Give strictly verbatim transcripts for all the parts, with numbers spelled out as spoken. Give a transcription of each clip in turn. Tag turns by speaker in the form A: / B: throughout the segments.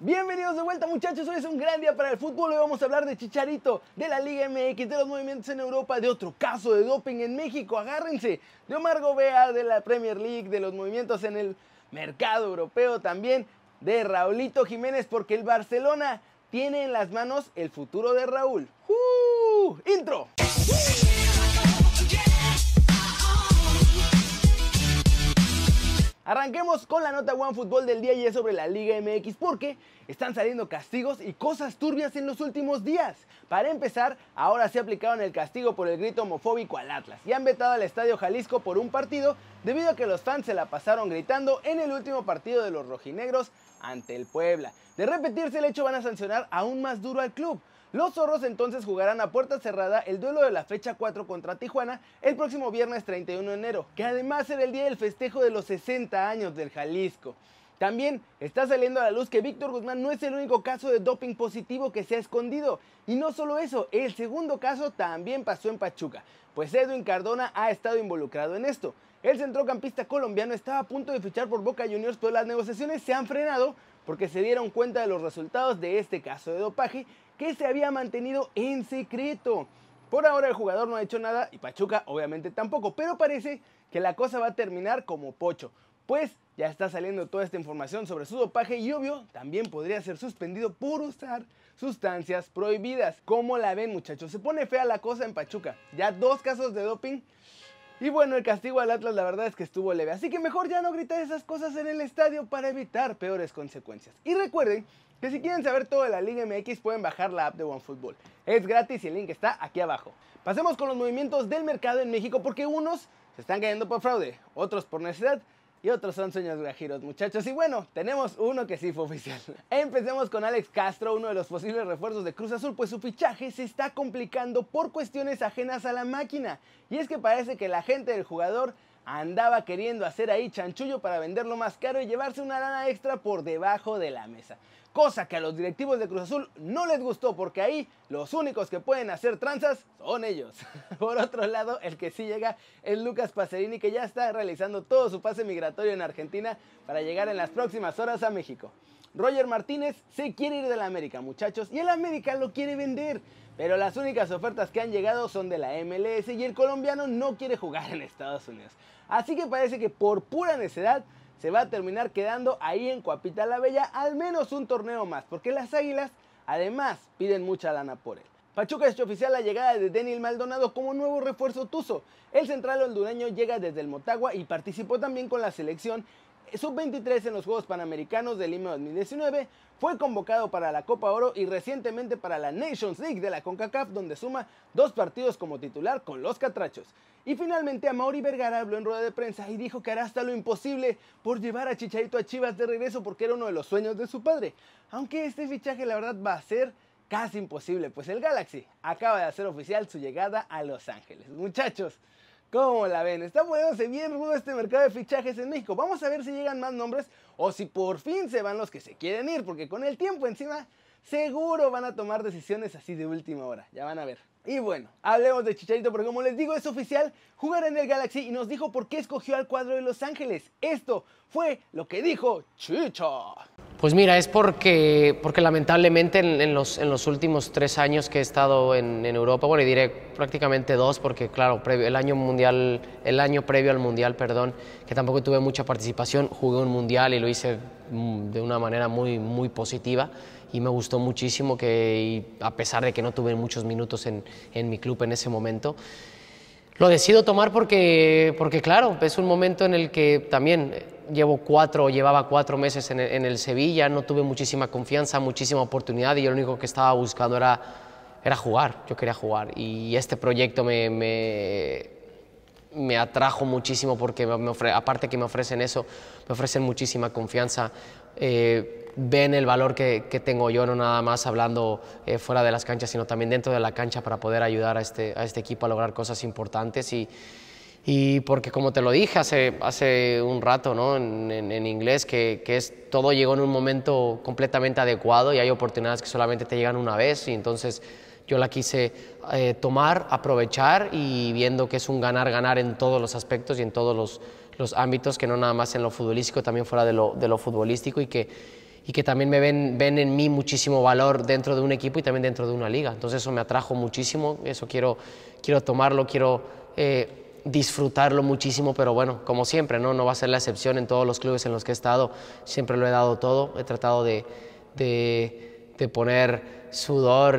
A: Bienvenidos de vuelta, muchachos, hoy es un gran día para el fútbol. Hoy vamos a hablar de Chicharito, de la Liga M X, de los movimientos en Europa, de otro caso de doping en México, agárrense, de Omar Gobea, de la Premier League, de los movimientos en el mercado europeo, también de Raulito Jiménez, porque el Barcelona tiene en las manos el futuro de Raúl. ¡Uh! ¡Intro! Arranquemos con la nota OneFootball del día y es sobre la Liga M X porque están saliendo castigos y cosas turbias en los últimos días. Para empezar, ahora se aplicaron el castigo por el grito homofóbico al Atlas y han vetado al Estadio Jalisco por un partido debido a que los fans se la pasaron gritando en el último partido de los rojinegros ante el Puebla. De repetirse el hecho van a sancionar aún más duro al club. Los zorros entonces jugarán a puerta cerrada el duelo de la fecha cuatro contra Tijuana el próximo viernes treinta y uno de enero, que además será el día del festejo de los sesenta años del Jalisco. También está saliendo a la luz que Víctor Guzmán no es el único caso de doping positivo que se ha escondido. Y no solo eso, el segundo caso también pasó en Pachuca, pues Edwin Cardona ha estado involucrado en esto. El centrocampista colombiano estaba a punto de fichar por Boca Juniors, pero las negociaciones se han frenado porque se dieron cuenta de los resultados de este caso de dopaje que se había mantenido en secreto. Por ahora el jugador no ha hecho nada y Pachuca obviamente tampoco, pero parece que la cosa va a terminar como Pocho, pues ya está saliendo toda esta información sobre su dopaje y obvio también podría ser suspendido por usar sustancias prohibidas. ¿Cómo la ven, muchachos? Se pone fea la cosa en Pachuca, ya dos casos de doping. Y bueno, el castigo al Atlas la verdad es que estuvo leve, así que mejor ya no gritar esas cosas en el estadio para evitar peores consecuencias. Y recuerden que si quieren saber todo de la Liga M X pueden bajar la app de OneFootball. Es gratis y el link está aquí abajo. Pasemos con los movimientos del mercado en México porque unos se están cayendo por fraude, otros por necesidad y otros son sueños guajiros, muchachos. Y bueno, tenemos uno que sí fue oficial. Empecemos con Alex Castro, uno de los posibles refuerzos de Cruz Azul, pues su fichaje se está complicando por cuestiones ajenas a la máquina. Y es que parece que la gente del jugador andaba queriendo hacer ahí chanchullo para venderlo más caro y llevarse una lana extra por debajo de la mesa. Cosa que a los directivos de Cruz Azul no les gustó porque ahí los únicos que pueden hacer tranzas son ellos. Por otro lado, el que sí llega es Lucas Pacerini, que ya está realizando todo su pase migratorio en Argentina para llegar en las próximas horas a México. Roger Martínez se quiere ir de la América, muchachos, y el América lo quiere vender. Pero las únicas ofertas que han llegado son de la M L S y el colombiano no quiere jugar en Estados Unidos. Así que parece que por pura necedad se va a terminar quedando ahí en Coapita la Bella al menos un torneo más, porque las Águilas además piden mucha lana por él. Pachuca ha hecho oficial la llegada de Daniel Maldonado como nuevo refuerzo tuzo. El central hondureño llega desde el Motagua y participó también con la selección sub veintitrés en los Juegos Panamericanos de Lima dos mil diecinueve, fue convocado para la Copa Oro y recientemente para la Nations League de la CONCACAF, donde suma dos partidos como titular con los Catrachos. Y finalmente Amaury Vergara habló en rueda de prensa y dijo que hará hasta lo imposible por llevar a Chicharito a Chivas de regreso porque era uno de los sueños de su padre. Aunque este fichaje la verdad va a ser casi imposible, pues el Galaxy acaba de hacer oficial su llegada a Los Ángeles. Muchachos, ¿cómo la ven? Está poniéndose bien rudo este mercado de fichajes en México. Vamos a ver si llegan más nombres o si por fin se van los que se quieren ir, porque con el tiempo encima seguro van a tomar decisiones así de última hora. Ya van a ver. Y bueno, hablemos de Chicharito porque como les digo es oficial, jugará en el Galaxy y nos dijo por qué escogió al cuadro de Los Ángeles. Esto fue lo que dijo Chicha.
B: Pues mira, es porque, porque lamentablemente en, en, los, en los últimos tres años que he estado en, en Europa, bueno, y diré prácticamente dos, porque claro, previo, el, año mundial, el año previo al Mundial, perdón, que tampoco tuve mucha participación, jugué un Mundial y lo hice de una manera muy, muy positiva y me gustó muchísimo, que y a pesar de que no tuve muchos minutos en, en mi club en ese momento, lo decido tomar porque, porque claro, es un momento en el que también llevo cuatro, llevaba cuatro meses en el, en el Sevilla, no tuve muchísima confianza, muchísima oportunidad y yo lo único que estaba buscando era, era jugar, yo quería jugar y este proyecto me, me, me atrajo muchísimo porque me ofre, aparte que me ofrecen eso, me ofrecen muchísima confianza, eh, ven el valor que, que tengo yo, no nada más hablando eh, fuera de las canchas, sino también dentro de la cancha para poder ayudar a este, a este equipo a lograr cosas importantes y, y porque como te lo dije hace, hace un rato, ¿no? en, en, en inglés, que, que es, todo llegó en un momento completamente adecuado y hay oportunidades que solamente te llegan una vez y entonces yo la quise eh, tomar, aprovechar y viendo que es un ganar-ganar en todos los aspectos y en todos los, los ámbitos, que no nada más en lo futbolístico, también fuera de lo, de lo futbolístico y que y que también me ven, ven en mí muchísimo valor dentro de un equipo y también dentro de una liga. Entonces eso me atrajo muchísimo, eso quiero, quiero tomarlo, quiero eh, disfrutarlo muchísimo, pero bueno, como siempre, ¿no? No va a ser la excepción en todos los clubes en los que he estado, siempre lo he dado todo, he tratado de, de, de poner sudor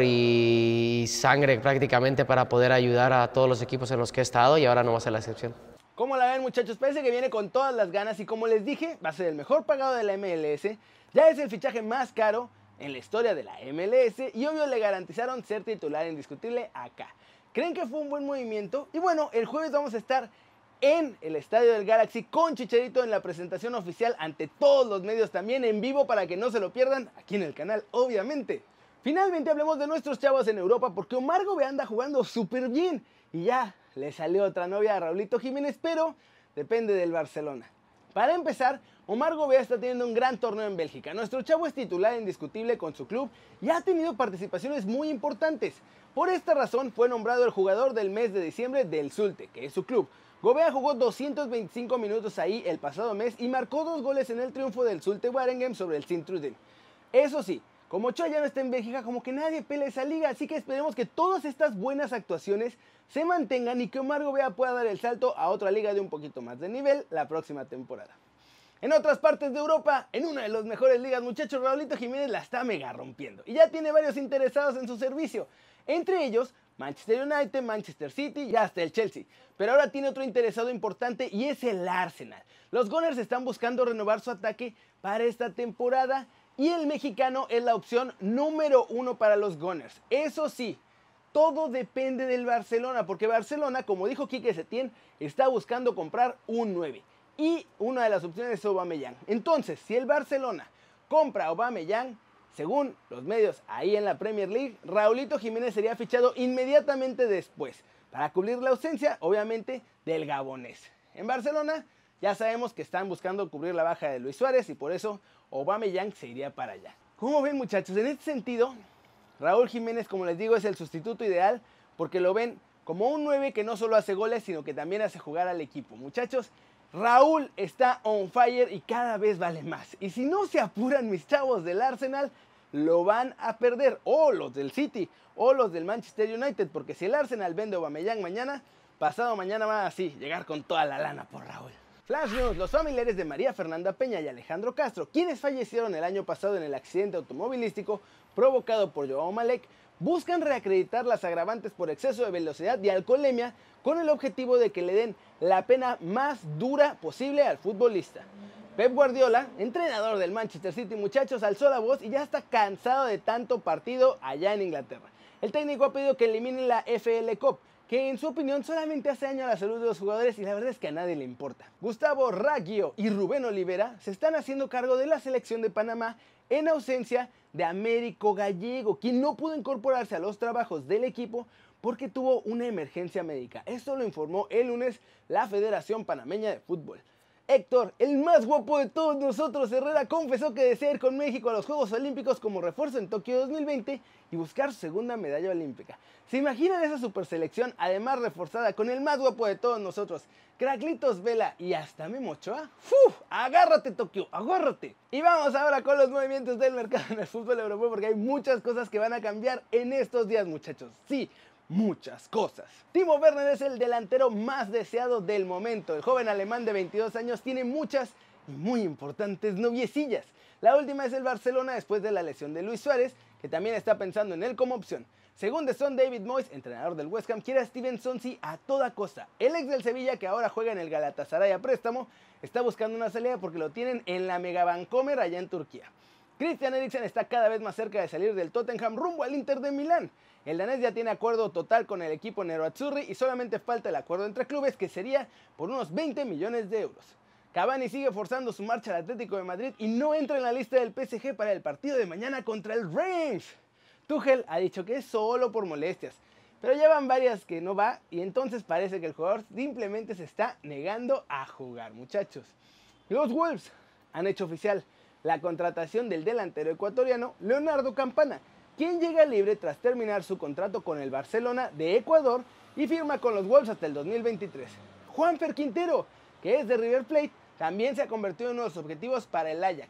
B: y sangre prácticamente para poder ayudar a todos los equipos en los que he estado y ahora no va a ser la excepción.
A: ¿Cómo la ven, muchachos? Parece que viene con todas las ganas y como les dije, va a ser el mejor pagado de la M L S, ya es el fichaje más caro en la historia de la M L S y obvio le garantizaron ser titular indiscutible acá. ¿Creen que fue un buen movimiento? Y bueno, el jueves vamos a estar en el Estadio del Galaxy con Chicharito en la presentación oficial ante todos los medios también en vivo para que no se lo pierdan aquí en el canal, obviamente. Finalmente hablemos de nuestros chavos en Europa porque Omar Gobea anda jugando súper bien y ya le salió otra novia a Raulito Jiménez, pero depende del Barcelona. Para empezar, Omar Gobea está teniendo un gran torneo en Bélgica. Nuestro chavo es titular indiscutible con su club y ha tenido participaciones muy importantes. Por esta razón fue nombrado el jugador del mes de diciembre del Zulte, que es su club. Gobea jugó doscientos veinticinco minutos ahí el pasado mes y marcó dos goles en el triunfo del Zulte Waregem sobre el Sint-Truiden. Eso sí, como Ochoa ya no está en Bélgica, como que nadie pelea esa liga, así que esperemos que todas estas buenas actuaciones se mantengan y que Omar Gobea pueda dar el salto a otra liga de un poquito más de nivel la próxima temporada. En otras partes de Europa, en una de las mejores ligas, muchachos, Raulito Jiménez la está mega rompiendo y ya tiene varios interesados en su servicio, entre ellos Manchester United, Manchester City y hasta el Chelsea. Pero ahora tiene otro interesado importante y es el Arsenal. Los Gunners están buscando renovar su ataque para esta temporada y el mexicano es la opción número uno para los Gunners. Eso sí, todo depende del Barcelona, porque Barcelona, como dijo Quique Setién, está buscando comprar un nueve. Y una de las opciones es Aubameyang. Entonces, si el Barcelona compra a Aubameyang, según los medios ahí en la Premier League, Raulito Jiménez sería fichado inmediatamente después, para cubrir la ausencia, obviamente, del gabonés. En Barcelona ya sabemos que están buscando cubrir la baja de Luis Suárez y por eso Aubameyang se iría para allá. ¿Cómo ven, muchachos? En este sentido, Raúl Jiménez, como les digo, es el sustituto ideal porque lo ven como un nueve que no solo hace goles, sino que también hace jugar al equipo. Muchachos, Raúl está on fire y cada vez vale más. Y si no se apuran mis chavos del Arsenal, lo van a perder. O los del City, o los del Manchester United, porque si el Arsenal vende a Aubameyang mañana, pasado mañana va así, llegar con toda la lana por Raúl. Flash News, los familiares de María Fernanda Peña y Alejandro Castro, quienes fallecieron el año pasado en el accidente automovilístico provocado por Joao Malek, buscan reacreditar las agravantes por exceso de velocidad y alcoholemia con el objetivo de que le den la pena más dura posible al futbolista. Pep Guardiola, entrenador del Manchester City, muchachos, alzó la voz y ya está cansado de tanto partido allá en Inglaterra. El técnico ha pedido que eliminen la F L Cup, que en su opinión solamente hace daño a la salud de los jugadores y la verdad es que a nadie le importa. Gustavo Raggio y Rubén Olivera se están haciendo cargo de la selección de Panamá en ausencia de Américo Gallego, quien no pudo incorporarse a los trabajos del equipo porque tuvo una emergencia médica. Esto lo informó el lunes la Federación Panameña de Fútbol. Héctor, el más guapo de todos nosotros, Herrera, confesó que desea ir con México a los Juegos Olímpicos como refuerzo en Tokio dos mil veinte y buscar su segunda medalla olímpica. ¿Se imaginan esa superselección, además reforzada con el más guapo de todos nosotros, Craclitos Vela y hasta Memo Ochoa? ¡Uf! ¡Agárrate, Tokio! ¡Agárrate! Y vamos ahora con los movimientos del mercado en el fútbol europeo porque hay muchas cosas que van a cambiar en estos días, muchachos. Sí, muchas cosas. Timo Werner es el delantero más deseado del momento. El joven alemán de veintidós años tiene muchas y muy importantes noviecillas. La última es el Barcelona después de la lesión de Luis Suárez, que también está pensando en él como opción. Según The Sun, David Moyes, entrenador del West Ham, quiere a Steven Sonsi a toda costa. El ex del Sevilla, que ahora juega en el Galatasaray a préstamo, está buscando una salida porque lo tienen en la Mega Vancomer allá en Turquía. Christian Eriksen está cada vez más cerca de salir del Tottenham rumbo al Inter de Milán. El danés ya tiene acuerdo total con el equipo nerazzurri y solamente falta el acuerdo entre clubes, que sería por unos veinte millones de euros. Cavani sigue forzando su marcha al Atlético de Madrid y no entra en la lista del P S G para el partido de mañana contra el Reims. Tuchel ha dicho que es solo por molestias, pero ya van varias que no va y entonces parece que el jugador simplemente se está negando a jugar, muchachos. Los Wolves han hecho oficial la contratación del delantero ecuatoriano Leonardo Campana, quien llega libre tras terminar su contrato con el Barcelona de Ecuador y firma con los Wolves hasta el dos mil veintitrés. Juanfer Quintero, que es de River Plate, también se ha convertido en uno de los objetivos para el Ajax.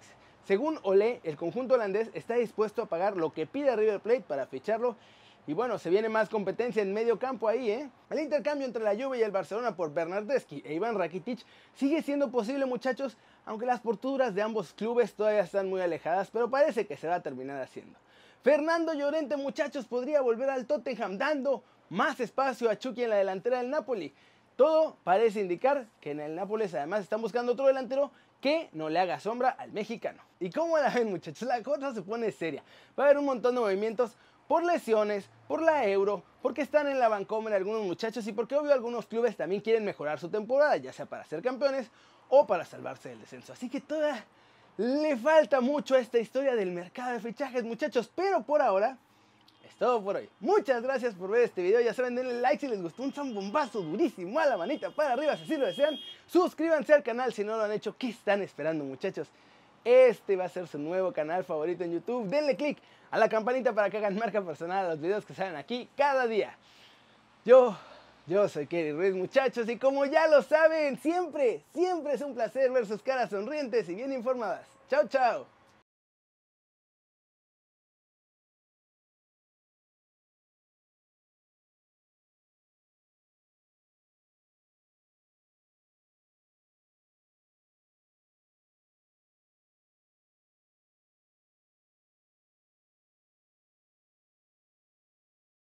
A: Según Olé, el conjunto holandés está dispuesto a pagar lo que pida River Plate para ficharlo. Y bueno, se viene más competencia en medio campo ahí, ¿eh? El intercambio entre la Juve y el Barcelona por Bernardeschi e Iván Rakitic sigue siendo posible, muchachos, aunque las posturas de ambos clubes todavía están muy alejadas, pero parece que se va a terminar haciendo. Fernando Llorente, muchachos, podría volver al Tottenham dando más espacio a Chucky en la delantera del Napoli. Todo parece indicar que en el Nápoles además están buscando otro delantero que no le haga sombra al mexicano. ¿Y cómo la ven, muchachos? La cosa se pone seria. Va a haber un montón de movimientos por lesiones, por la Euro, porque están en la Vancomer algunos muchachos y porque obvio algunos clubes también quieren mejorar su temporada, ya sea para ser campeones o para salvarse del descenso. Así que toda le falta mucho a esta historia del mercado de fichajes, muchachos, pero por ahora es todo por hoy. Muchas gracias por ver este video. Ya saben, denle like si les gustó, un zambombazo durísimo a la manita para arriba si así lo desean. Suscríbanse al canal si no lo han hecho. ¿Qué están esperando, muchachos? Este va a ser su nuevo canal favorito en YouTube. Denle click a la campanita para que hagan marca personal a los videos que salen aquí cada día. Yo, yo soy Kerry Ruiz, muchachos, y como ya lo saben, siempre, siempre es un placer ver sus caras sonrientes y bien informadas. Chao, chao.